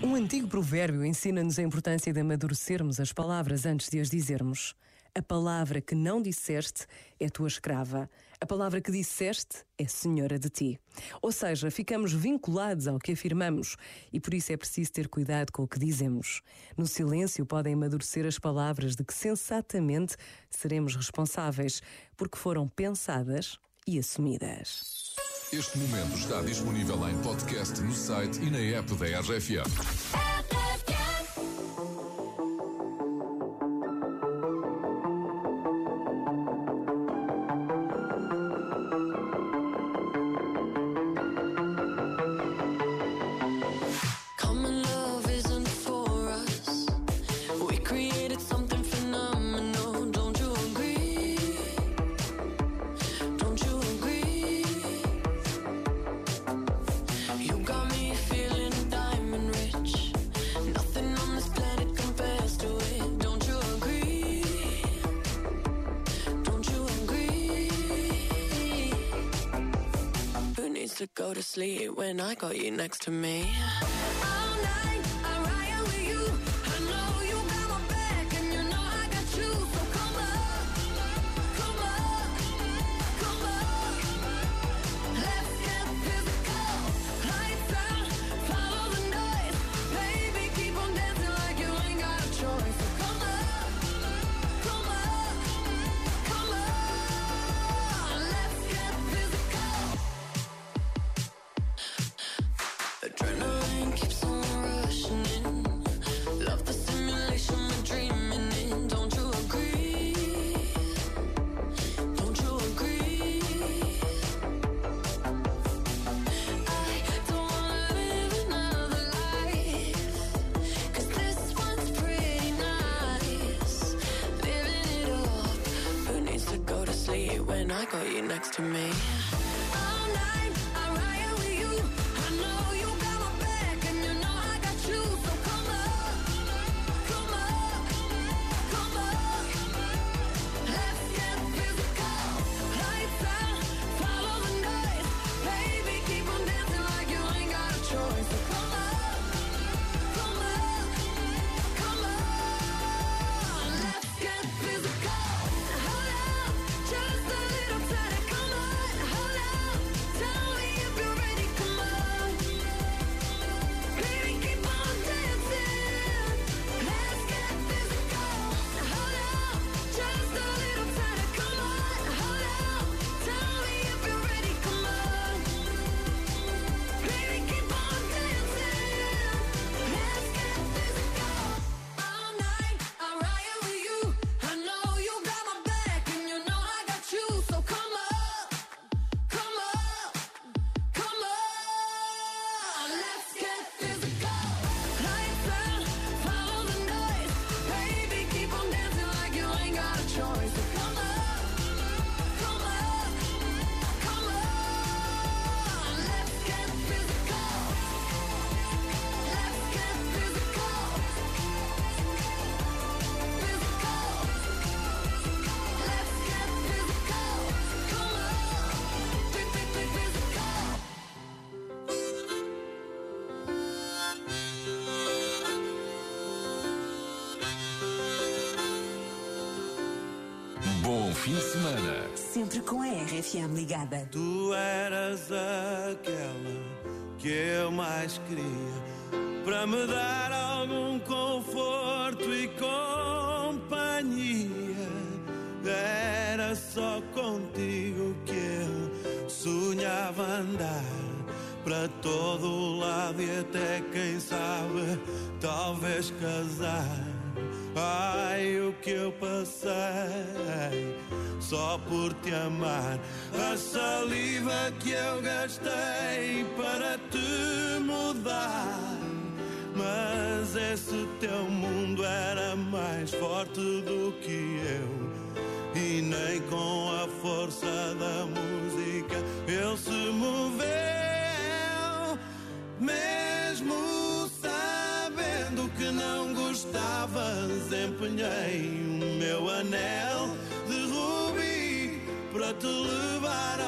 Um antigo provérbio ensina-nos a importância de amadurecermos as palavras antes de as dizermos. A palavra que não disseste é tua escrava. A palavra que disseste é senhora de ti. Ou seja, ficamos vinculados ao que afirmamos e por isso é preciso ter cuidado com o que dizemos. No silêncio podem amadurecer as palavras de que sensatamente seremos responsáveis, porque foram pensadas e assumidas. Este momento está disponível em podcast no site e na app da RFM. To go to sleep when I got you next to me. All night, I ride with you. I know you got my back, and you know I got you. So come up, come up, come up. Let's get physical. Lights out, follow the noise. Baby, keep on dancing like you ain't got a choice. So come up, come up, come up. Let's get physical. Adrenaline keeps on rushing in. Love the simulation we're dreaming in. Don't you agree? Don't you agree? I don't wanna live another life, 'cause this one's pretty nice. Living it up. Who needs to go to sleep when I got you next to me? All night, I ride with you. I know you got my back, and you know I got you. So come up, come up, come up. Let's get physical. Lights out, follow the noise. Baby, keep on dancing like you ain't got a choice. So come up, come up, come up. Let's get physical. Hold up, just a little tighter. Come on, hold up. Tell me if you're ready. Come on, baby, keep on dancing. Let's get physical. Hold up, just a little tighter. Come on, hold up. Tell me if you're ready. Come on, baby, keep on dancing. Let's get physical. All night, I ride with you. I know you got my back, and you know I got you. So come up, come up, come on. Let's get physical. Lights out, follow the noise. Baby, keep on dancing like you ain't got a choice. So come up, come up, come on. Let's get physical. Let's get physical. Physical. Let's get physical. Come on. Physical. Bom fim de semana. Sempre com a RFM ligada. Tu eras aquela que eu mais queria, para me dar algum conforto e companhia. Era só contigo que eu sonhava andar, para todo o lado e até quem sabe, talvez casar. Ai, o que eu passei só por te amar, a saliva que eu gastei para te mudar. Mas esse teu mundo era mais forte do que eu, e nem com a força da música ele se moveu. Mesmo sabendo que não gostavas, empenhei o meu anel de rubi para te levar